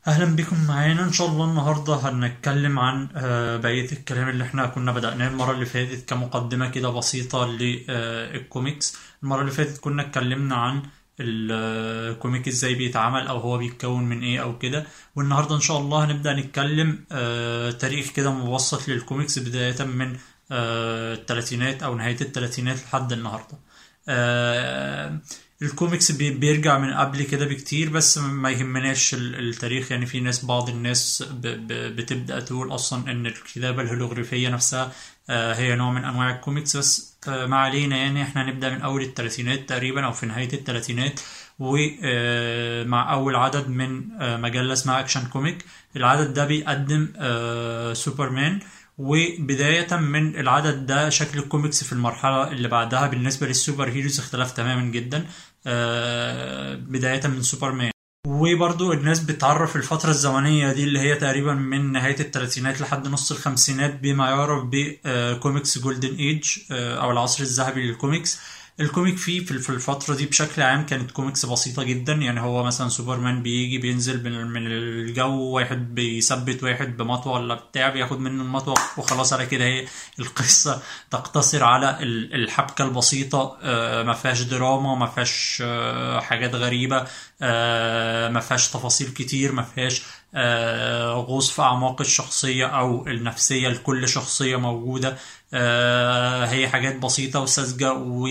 اهلا بكم معانا ان شاء الله. النهارده هنتكلم عن بقيه الكلام اللي احنا كنا بدأناه المره اللي فاتت كمقدمه كده بسيطه للكوميكس. المره اللي فاتت كنا اتكلمنا عن الكوميك ازاي بيتعمل او هو بيتكون من ايه او كده. والنهارده ان شاء الله هنبدأ نتكلم تاريخ كده مبسط للكوميكس بدايه من الثلاثينات او نهايه الثلاثينات لحد النهارده. آه، الكوميكس بيرجع من قبل كده بكتير، بس ما يهمناش التاريخ. يعني في بعض الناس بتبدأ تقول أصلا إن الكتابة الهيروغليفية نفسها هي نوع من أنواع الكوميكس. بس ما علينا، يعني احنا هنبدأ من أول الثلاثينات تقريبا أو في نهاية الثلاثينات، ومع أول عدد من مجلة اسمها أكشن كوميك. العدد ده بيقدم سوبرمان. وبداية من العدد ده شكل الكوميكس في المرحلة اللي بعدها بالنسبة للسوبر هيروز اختلف تماما جدا، بداية من سوبرمان. وبرضو الناس بتعرف الفترة الزمنية دي اللي هي تقريبا من نهاية الثلاثينات لحد نص الخمسينات بما يعرف بكوميكس جولدن ايج أو العصر الذهبي للكوميكس. الكوميك فيه في الفترة دي بشكل عام كانت كوميكس بسيطة جدا. يعني هو مثلا سوبرمان بيجي بينزل من الجو، واحد بيثبت واحد بمطوة ولا بتاع، بياخد منه المطوة وخلاص على كده. هي القصة تقتصر على الحبكة البسيطة، ما فيهاش دراما، ما فيهاش حاجات غريبة، ما فيهاش تفاصيل كتير، ما فيهاش غوص في أعماق الشخصية أو النفسية لكل شخصية موجودة. هي حاجات بسيطة وساذجة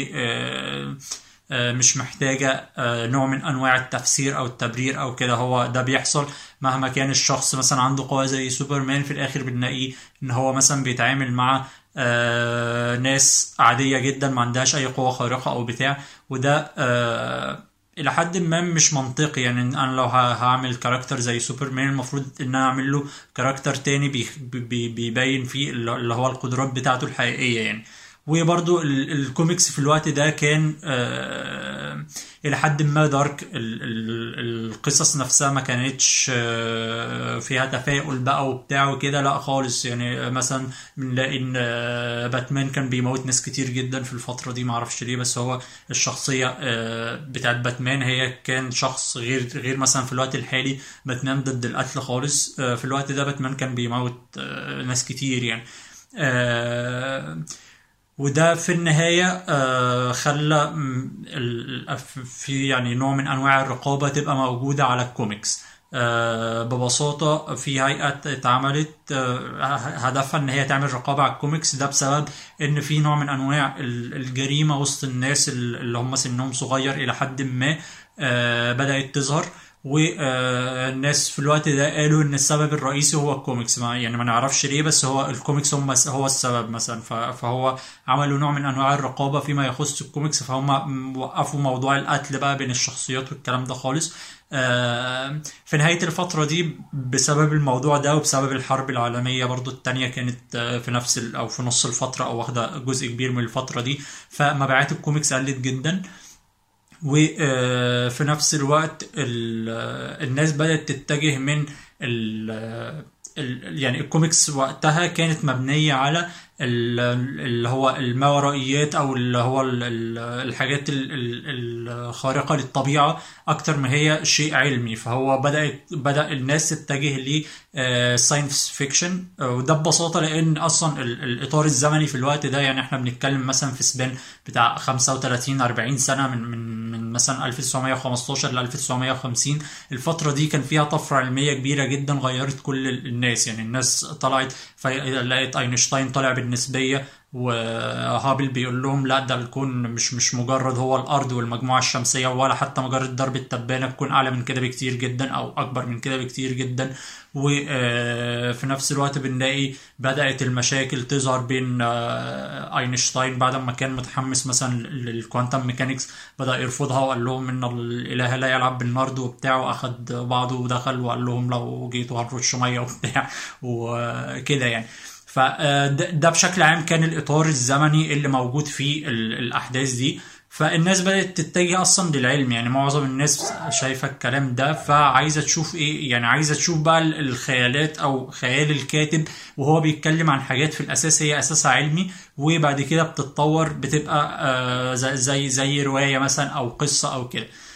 ومش محتاجة نوع من أنواع التفسير أو التبرير أو كده. هو ده بيحصل مهما كان الشخص مثلا عنده قوة زي سوبرمان، في الآخر بنلاقيه إن هو مثلا بيتعامل مع ناس عادية جدا ما عندهاش أي قوة خارقة أو بتاع. وده الى حد ما مش منطقي. يعني انا لو هعمل كاركتر زي سوبرمان، المفروض ان انا اعمل له كاركتر تاني بيبين فيه اللي هو القدرات بتاعته الحقيقية يعني. وبرضو الكوميكس في الوقت ده كان الى حد ما دارك. القصص نفسها ما كانتش فيها تفاؤل بقى وبتاع وكده، لا خالص. يعني مثلا بنلاقي ان باتمان كان بيموت ناس كتير جدا في الفترة دي، معرفش ليه، بس هو الشخصية بتاعت باتمان هي كان شخص غير مثلا في الوقت الحالي باتمان ضد القتل خالص. في الوقت ده باتمان كان بيموت ناس كتير يعني. وده في النهاية خلى في يعني نوع من أنواع الرقابة تبقى موجودة على الكوميكس. ببساطة في هيئة اتعملت هدفها ان هي تعمل رقابة على الكوميكس ده، بسبب ان في نوع من انواع الجريمة وسط الناس اللي هم سنهم صغير الى حد ما بدأت تظهر. والناس في الوقت ده قالوا ان السبب الرئيسي هو الكوميكس. يعني ما نعرفش ليه، بس هو الكوميكس هو السبب مثلا. فهو عملوا نوع من انواع الرقابة فيما يخص الكوميكس، فهم وقفوا موضوع القتل بقى بين الشخصيات والكلام ده خالص. في نهاية الفترة دي بسبب الموضوع ده وبسبب الحرب العالمية برضو التانية كانت في نفس أو في نص الفترة أو واخدة جزء كبير من الفترة دي، فمبيعات الكوميكس قلت جدا. وفي نفس الوقت الناس بدأت تتجه من يعني الكوميكس وقتها كانت مبنية على اللي هو الماورائيات او اللي هو الحاجات الخارقة للطبيعة اكتر ما هي شيء علمي. فهو بدأ الناس تتجه لساينس فيكشن. وده ببساطة لان اصلا الاطار الزمني في الوقت ده، يعني احنا بنتكلم مثلا في سبان بتاع 35 40 سنة من مثلا 1915 ل 1950. الفترة دي كان فيها طفرة علمية كبيرة جدا غيرت كل الناس. يعني الناس طلعت لقيت اينشتاين طلع بالنسبية، وهابل بيقول لهم لا، ده الكون مش مجرد هو الارض والمجموعة الشمسية، ولا حتى مجرد درب التبانة. الكون اعلى من كده بكتير جدا او اكبر من كده بكتير جدا. وفي نفس الوقت بنلاقي بدأت المشاكل تظهر بين اينشتاين بعد ما كان متحمس مثلا للكوانتم ميكانيكس، بدأ يرفضها وقال لهم ان الاله لا يلعب بالنرد وبتاع، واخد بعضه ودخل وقال لهم لو جيتوا هنرش ميه وبتاع وكده يعني. فده بشكل عام كان الإطار الزمني اللي موجود فيه الأحداث دي. فالناس بدأت تتجه أصلا للعلم. يعني معظم الناس شايفة الكلام ده فعايزة تشوف إيه، يعني عايزة تشوف بقى الخيالات أو خيال الكاتب وهو بيتكلم عن حاجات في الأساس هي أساسها علمي، وبعد كده بتتطور بتبقى زي رواية مثلا أو قصة أو كده.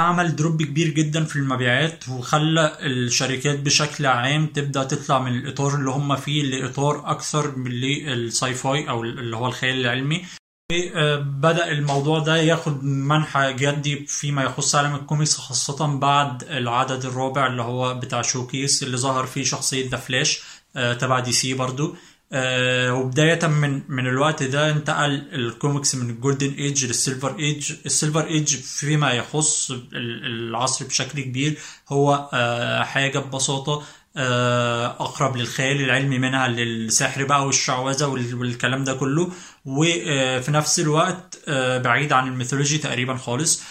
عمل دروب كبير جدا في المبيعات، وخلى الشركات بشكل عام تبدأ تطلع من الإطار اللي هم فيه لإطار أكثر من الساي فاي أو اللي هو الخيال العلمي. بدأ الموضوع ده ياخد منحى جدي فيما يخص عالم الكوميكس، خاصة بعد العدد الرابع اللي هو بتاع شوكيس اللي ظهر فيه شخصية ذا فلاش تبع دي سي برضو. وبداية من الوقت ده انتقل الكوميكس من الجولدن ايج للسيلفر ايج. السيلفر ايج فيما يخص العصر بشكل كبير هو حاجة ببساطة اقرب للخيال العلمي منها للسحر بقى والشعوذة والكلام ده كله، وفي نفس الوقت بعيد عن الميثولوجي تقريبا خالص،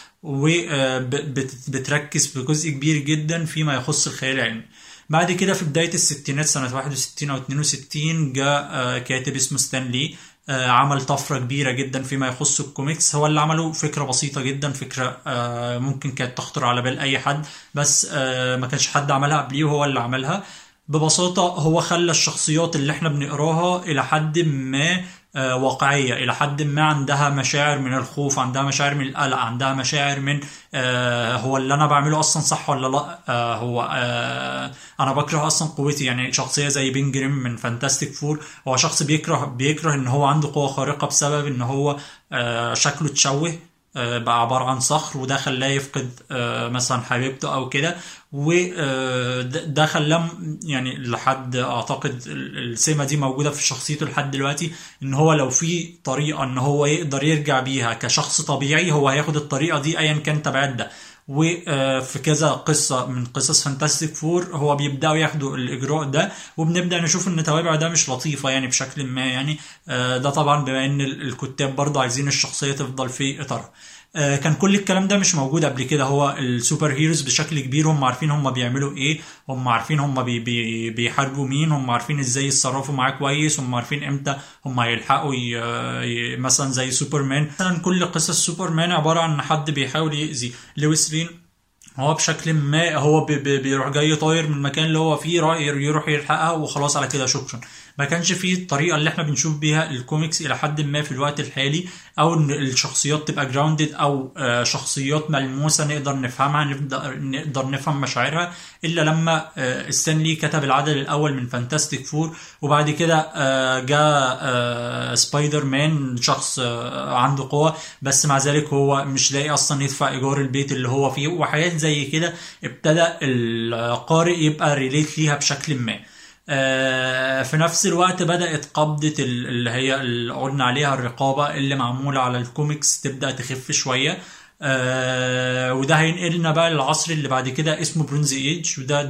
وبتركز بجزء كبير جدا فيما يخص الخيال العلمي. بعد كده في بداية الستينات سنة 61 أو 62 جاء كاتب اسمه ستان لي، عمل طفرة كبيرة جدا فيما يخص الكوميكس. هو اللي عمله فكرة بسيطة جدا، فكرة ممكن كانت تخطر على بال أي حد، بس ما كانش حد عملها قبليه وهو اللي عملها. ببساطة هو خلى الشخصيات اللي احنا بنقراها إلى حد ما واقعية، إلى حد ما عندها مشاعر من الخوف، عندها مشاعر من القلق، عندها مشاعر من هو اللي أنا بعمله أصلا صح ولا لأ، هو أنا بكره أصلا قوتي. يعني شخصية زي بين جريم من فانتاستيك فور، هو شخص بيكره إن هو عنده قوة خارقة بسبب إن هو شكله تشوه، بقى عبارة عن صخر، وده خلاه يفقد مثلا حبيبته او كده، وده خلاه يعني لحد اعتقد السمة دي موجودة في شخصيته لحد دلوقتي، ان هو لو في طريقة ان هو يقدر يرجع بيها كشخص طبيعي هو هياخد الطريقة دي ايا كان تبعات ده. وفي كذا قصة من قصص فانتاستيك فور هو بيبدأوا ياخدوا الإجراء ده، وبنبدأ نشوف إن توابع ده مش لطيفة يعني بشكل ما. يعني ده طبعا بما إن الكتاب برضه عايزين الشخصية تفضل في إطارها. كان كل الكلام ده مش موجود قبل كده. هو السوبر هيروز بشكل كبير هم عارفين هم بيعملوا ايه، هم عارفين هم بيحاربوا مين، هم عارفين ازاي يتصرفوا معاه كويس، هم عارفين امتى هم هيلحقوا مثلا زي سوبرمان. مثلا كل قصص سوبرمان عبارة عن حد بيحاول يأذي لويس لين، هو بشكل ما هو بيروح جاي طاير من المكان اللي هو فيه يروح يلحقها وخلاص على كده شكرا. ما كانش فيه الطريقة اللي احنا بنشوف بيها الكوميكس إلى حد ما في الوقت الحالي، أو إن الشخصيات تبقى جراوندد أو شخصيات ملموسة نقدر نفهمها، نقدر نفهم مشاعرها، إلا لما ستانلي كتب العدد الأول من فانتاستيك فور. وبعد كده جاء سبايدر مان، شخص عنده قوة بس مع ذلك هو مش لاقي أصلا يدفع إيجار البيت اللي هو فيه، وحاجات زي كده ابتدى القارئ يبقى ريليت ليها بشكل ما. في نفس الوقت بدأت قبضة اللي هي اللي قلنا عليها الرقابة اللي معمولة على الكوميكس تبدأ تخف شوية. وده هينقلنا بقى للعصر اللي بعد كده اسمه برونز ايج، وده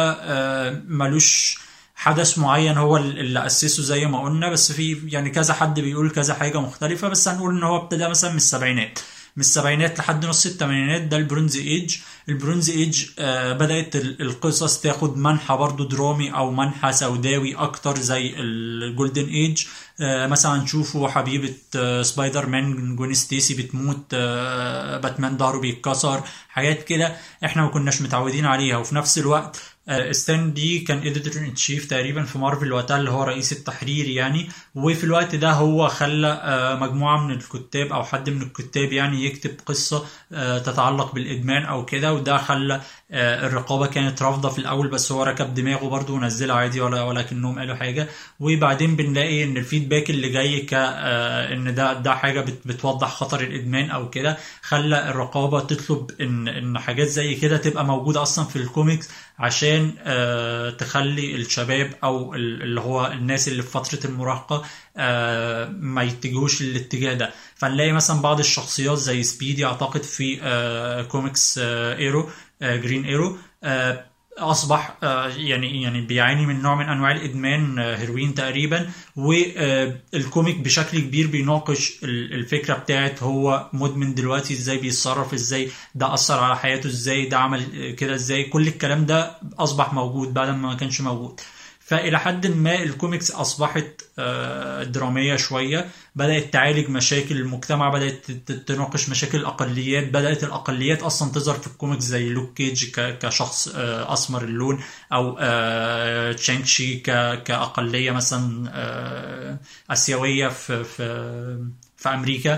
ملوش حدث معين هو اللي أسسه زي ما قلنا، بس في يعني كذا حد بيقول كذا حاجة مختلفة، بس هنقول ان هو ابتدى مثلا من السبعينات لحد نص الثمانينات، ده البرونز ايج. البرونز ايج بدأت القصص تاخد منحى برضو درامي او منحى سوداوي اكتر زي الجولدن ايج. مثلا نشوفوا حبيبة سبايدر مان جوين ستيسي بتموت، باتمان ظهره بيتكسر، حاجات كده احنا ما كناش متعودين عليها. وفي نفس الوقت ستان لي كان اديتور ان تشيف تقريبا في مارفل وقتها، اللي هو رئيس التحرير يعني. وفي الوقت ده هو خلى مجموعة من الكتاب او حد من الكتاب يعني يكتب قصة تتعلق بالادمان او كده، وده خلى الرقابة كانت رافضة في الاول، بس هو ركب دماغه برضو ونزلها عادي ولكنهم قالوا حاجة. وبعدين بنلاقي ان الفيدباك اللي جاي ان ده حاجة بتوضح خطر الادمان او كده، خلى الرقابة تطلب ان حاجات زي كده تبقى موجودة اصلا في الكوميكس، عشان تخلي الشباب او اللي هو الناس اللي في فترة المراهقة ما يتجهوش للاتجاه ده. فنلاقي مثلا بعض الشخصيات زي سبيدي اعتقد في كوميكس ايرو، جرين ايرو، اصبح يعني بيعاني من نوع من انواع الادمان، هيروين تقريبا. والكوميك بشكل كبير بيناقش الفكره بتاعت هو مدمن دلوقتي، ازاي بيتصرف، ازاي ده اثر على حياته، ازاي ده عمل كده، ازاي كل الكلام ده اصبح موجود بعد ما كانش موجود. فإلى حد ما الكوميكس أصبحت درامية شوية، بدأت تعالج مشاكل المجتمع، بدأت تناقش مشاكل الأقليات، بدأت الأقليات أصلا تظهر في الكوميكس زي لوك كيج كشخص أسمر اللون، أو تشانكشي كأقلية مثلا آسيوية في أمريكا.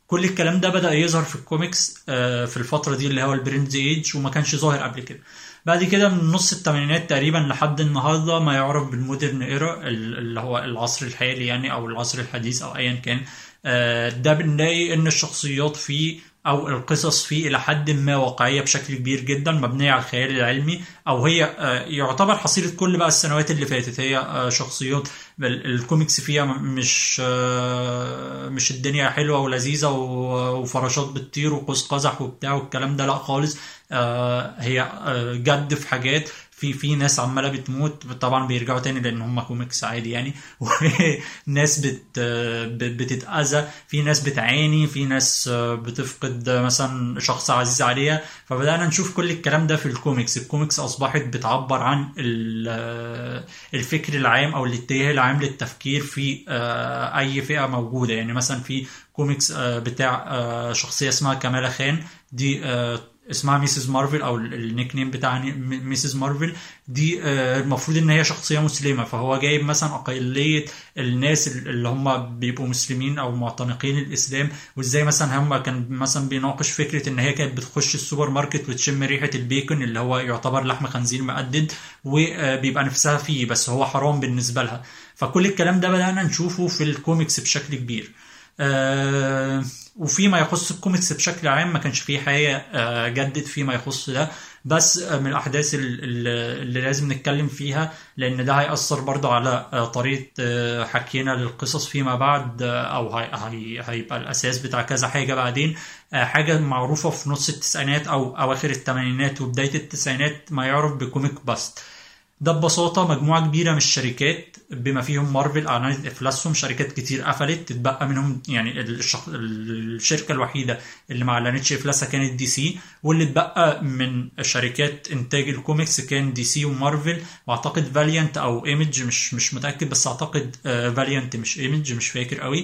كل الكلام ده بدأ يظهر في الكوميكس في الفترة دي اللي هو البرينز ايج، وما كانش ظاهر قبل كده. بعد كده من نص الثمانينات تقريبا لحد النهارده ما يعرف بالمودرن ايرا، اللي هو العصر الحالي يعني، او العصر الحديث او ايا كان. ده بنلاقي ان الشخصيات فيه او القصص فيه الى حد ما واقعيه بشكل كبير جدا، مبنيه على الخيال العلمي، او هي يعتبر حصيله كل بقى السنوات اللي فاتت. هي شخصيات الكوميكس فيها مش الدنيا حلوه ولذيذه وفراشات بتطير وقوس قزح وبتاع والكلام ده، لا خالص. هي جد في حاجات، في ناس عماله بتموت، طبعا بيرجعوا تاني لان هم كوميكس عادي يعني، وناس بتتأذى، في ناس بتعاني، في ناس بتفقد مثلا شخص عزيز عليها. فبدأنا نشوف كل الكلام ده في الكوميكس. الكوميكس أصبحت بتعبر عن الفكر العام أو الاتجاه العام للتفكير في أي فئة موجودة. يعني مثلا في كوميكس بتاع شخصية اسمها كمالة خان، دي اسمها ميسيس مارفل او النيك نيم بتاع ميسيس مارفل. دي المفروض ان هي شخصيه مسلمه، فهو جايب مثلا اقليه الناس اللي هم بيبقوا مسلمين او معتنقين الاسلام، وازاي مثلا هم كان مثلا بيناقش فكره ان هي كانت بتخش السوبر ماركت وتشم ريحه البيكون اللي هو يعتبر لحم خنزير مقدد، وبيبقى نفسها فيه بس هو حرام بالنسبه لها. فكل الكلام ده بدانا نشوفه في الكوميكس بشكل كبير. وفيما يخص الكوميكس بشكل عام ما كانش فيه حاجة جدد فيما يخص ده، بس من الأحداث اللي لازم نتكلم فيها، لأن ده هيأثر برضه على طريقة حكينا للقصص فيما بعد، أو هيبقى الأساس بتاع كذا حاجة بعدين. حاجة معروفة في نص التسعينات أو أواخر الثمانينات وبداية التسعينات ما يعرف بكوميك باست. ده ببساطة مجموعة كبيرة من الشركات بما فيهم مارفل أعلنت إفلاسهم، شركات كتير قفلت، تتبقى منهم يعني الشركة الوحيدة اللي ما أعلنتش إفلاسها كانت دي سي، واللي اتبقى من شركات إنتاج الكوميكس كان دي سي ومارفل، وأعتقد فاليانت أو إيمج، مش متأكد، بس أعتقد فاليانت مش إيمج، مش فاكر قوي.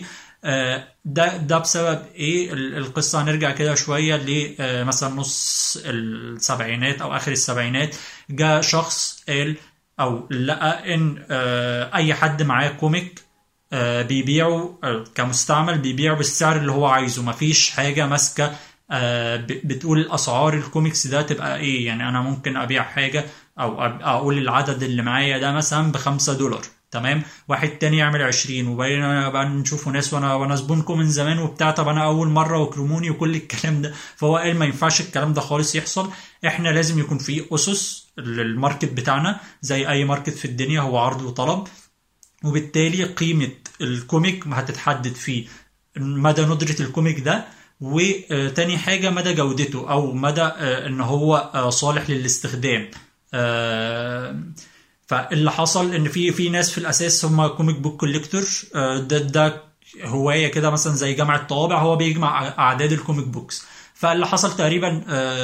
ده بسبب ايه؟ القصة هنرجع كده شوية لمثلا نص السبعينات او اخر السبعينات. جاء شخص قال او لقى ان اي حد معاه كوميك بيبيعه كمستعمل، بيبيعه بالسعر اللي هو عايزه، مفيش حاجة ماسكة بتقول الاسعار الكوميكس ده تبقى ايه. يعني انا ممكن ابيع حاجة او اقول العدد اللي معايا ده مثلا $5، تمام، واحد تاني يعمل 20، وبقينا بقى نشوفوا ناس وانا زبونكم من زمان وبتاع، طب انا اول مره وكرموني وكل الكلام ده. فهو قال ما ينفعش الكلام ده خالص يحصل، احنا لازم يكون في اسس للماركت بتاعنا زي اي ماركت في الدنيا، هو عرض وطلب، وبالتالي قيمه الكوميك هتتحدد في مدى ندره الكوميك ده، وتاني حاجه مدى جودته او مدى ان هو صالح للاستخدام. فاللي حصل ان في ناس في الاساس هم كوميك بوك كوليكتور، ده هوايه كده مثلا زي جمع الطوابع، هو بيجمع اعداد الكوميك بوكس. فاللي حصل تقريبا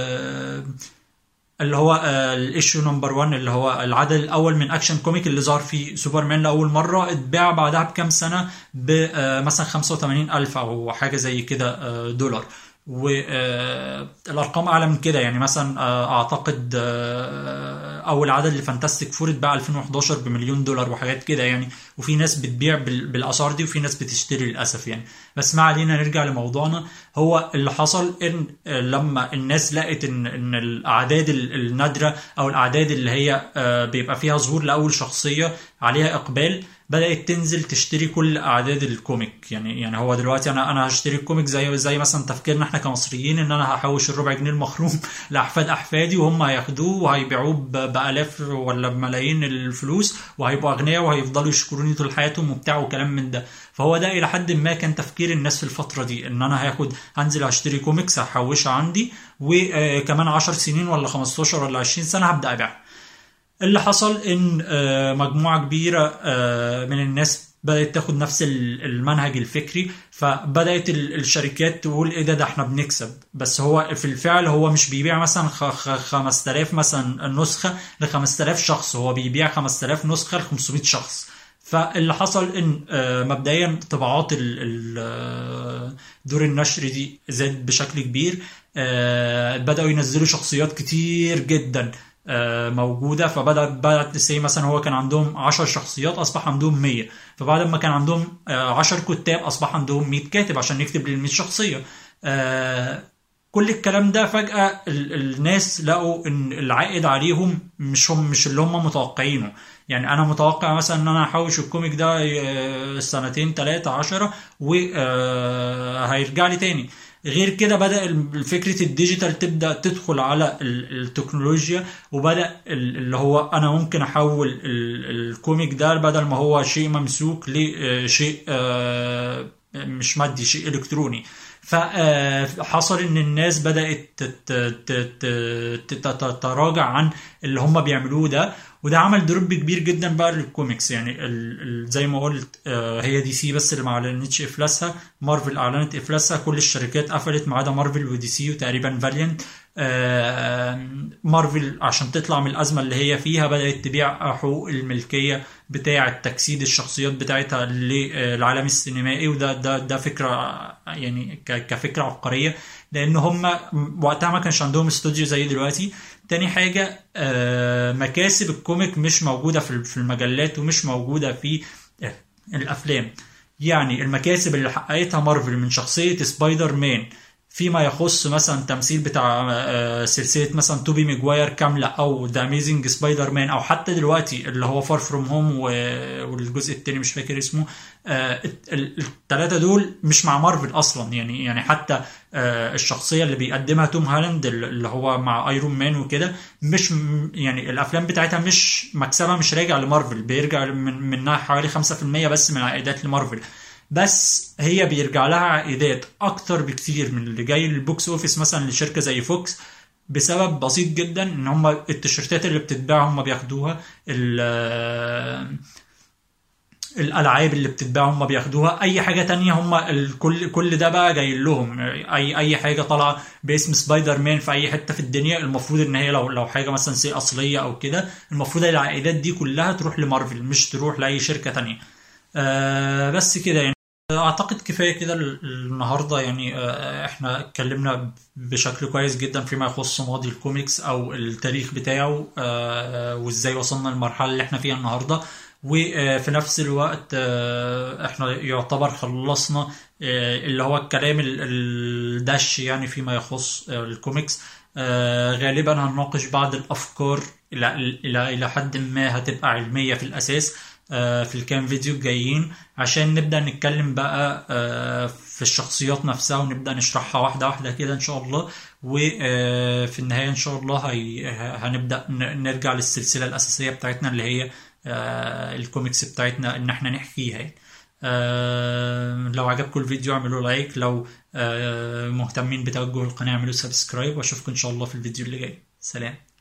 اللي هو الايشو نمبر 1 اللي هو العدد الاول من اكشن كوميك اللي ظهر فيه سوبرمان لاول مره، اتباع بعدها بكام سنه بمثلا 85,000 او حاجه زي كده دولار، والارقام اعلى من كده. يعني مثلا اعتقد اول عدد لفانتاستيك فور اتباع 2011 ب1,000,000 وحاجات كده يعني. وفي ناس بتبيع بالاسعار دي وفي ناس بتشتري للاسف يعني. بس ما علينا، نرجع لموضوعنا. هو اللي حصل ان لما الناس لقت ان الاعداد النادره او الاعداد اللي هي بيبقى فيها ظهور لاول شخصيه عليها اقبال، بدأت تنزل تشتري كل أعداد الكوميك. يعني هو دلوقتي أنا هشتري الكوميك زي مثلا تفكيرنا احنا كمصريين ان أنا هحوش الربع جنيه المخروم لأحفاد أحفادي، وهم هياخدوه وهيبيعوه بآلاف ولا بملايين الفلوس، وهيبقوا أغنياء وهيفضلوا يشكروني طول حياتهم وبتاع وكلام من ده. فهو ده إلى حد ما كان تفكير الناس في الفترة دي، ان أنا هنزل هشتري كوميكس هحوشها عندي، وكمان 10 سنين ولا 15 ولا 20 سنة هبدأ أبيعها. اللي حصل ان مجموعة كبيرة من الناس بدأت تاخد نفس المنهج الفكري، فبدأت الشركات تقول ايه ده احنا بنكسب. بس هو في الفعل هو مش بيبيع مثلا 5,000 مثلا نسخة ل5,000 شخص، هو بيبيع 5,000 نسخة ل500 شخص. فاللي حصل ان مبدئيا طباعات دور النشر دي زاد بشكل كبير، بدأوا ينزلوا شخصيات كتير جدا موجوده، فبدات زي مثلا هو كان عندهم 10 شخصيات اصبح عندهم 100، فبعد ما كان عندهم 10 كتاب اصبح عندهم 100 كاتب عشان يكتب لل 100 شخصيه. كل الكلام ده فجأة الناس لقوا ان العائد عليهم مش اللي هم متوقعينه. يعني انا متوقع مثلا ان انا احوش الكوميك ده سنتين 3 10 وهيرجع لي تاني. غير كده بدأ فكرة الديجيتال تبدأ تدخل على التكنولوجيا، وبدأ اللي هو أنا ممكن أحول الكوميك ده بدل ما هو شيء ممسوك لشيء مش مادي، شيء إلكتروني. فحصل ان الناس بدأت تتراجع عن اللي هم بيعملوه ده، وده عمل دروب كبير جدا بقى للكوميكس. يعني زي ما قلت هي دي سي بس اللي ما اعلنتش افلاسها، مارفل اعلنت افلاسها، كل الشركات قفلت ما عدا مارفل ودي سي وتقريبا فاليانت. مارفل عشان تطلع من الازمه اللي هي فيها بدات تبيع حقوق الملكيه بتاعه تجسيد الشخصيات بتاعتها للعالم السينمائي، وده فكره يعني كفكره عبقريه، لان هم وقتها ما كانش عندهم استوديو زي دلوقتي. تاني حاجه مكاسب الكوميك مش موجوده في المجلات ومش موجوده في الافلام. يعني المكاسب اللي حققتها مارفل من شخصيه سبايدر مان فيما يخص مثلا تمثيل بتاع سلسله مثلا توبي ماجواير كامله، او ذا اميزنج سبايدر مان، او حتى دلوقتي اللي هو فار فروم هوم والجزء الثاني مش فاكر اسمه، الثلاثه دول مش مع مارفل اصلا. يعني حتى الشخصيه اللي بيقدمها توم هالاند اللي هو مع ايرون مان وكده، مش يعني الافلام بتاعتها مش مكسبها مش راجع لمارفل، بيرجع منها حوالي 5% بس من عائدات لمارفل، بس هي بيرجع لها عائدات اكتر بكتير من اللي جاي للبوكس اوفيس مثلا لشركه زي فوكس، بسبب بسيط جدا ان هم التيشيرتات اللي بتتباع هم بياخدوها، الالعاب اللي بتتباع هم بياخدوها، اي حاجه تانية هم كل ده بقى جاي لهم. اي حاجه طالعه باسم سبايدر مان في اي حته في الدنيا، المفروض ان هي لو حاجه مثلا سي اصليه او كده، المفروض العائدات دي كلها تروح لمارفل مش تروح لاي شركه تانية. بس كده يعني اعتقد كفايه كده النهارده. يعني احنا اتكلمنا بشكل كويس جدا فيما يخص ماضي الكوميكس او التاريخ بتاعه، وازاي وصلنا للمرحله اللي احنا فيها النهارده. وفي نفس الوقت احنا يعتبر خلصنا اللي هو الكلام الدش يعني فيما يخص الكوميكس. غالبا هنناقش بعض الافكار الى حد ما هتبقى علميه في الاساس في الكام فيديو الجايين، عشان نبدأ نتكلم بقى في الشخصيات نفسها ونبدأ نشرحها واحدة واحدة كده إن شاء الله. وفي النهاية إن شاء الله هنبدأ نرجع للسلسلة الأساسية بتاعتنا اللي هي الكوميكس بتاعتنا إن احنا نحكيها يعني. لو عجبكم الفيديو اعملوا لايك، لو مهتمين بتوجه القناة اعملوا سبسكرايب، واشوفكم إن شاء الله في الفيديو اللي جاي. سلام.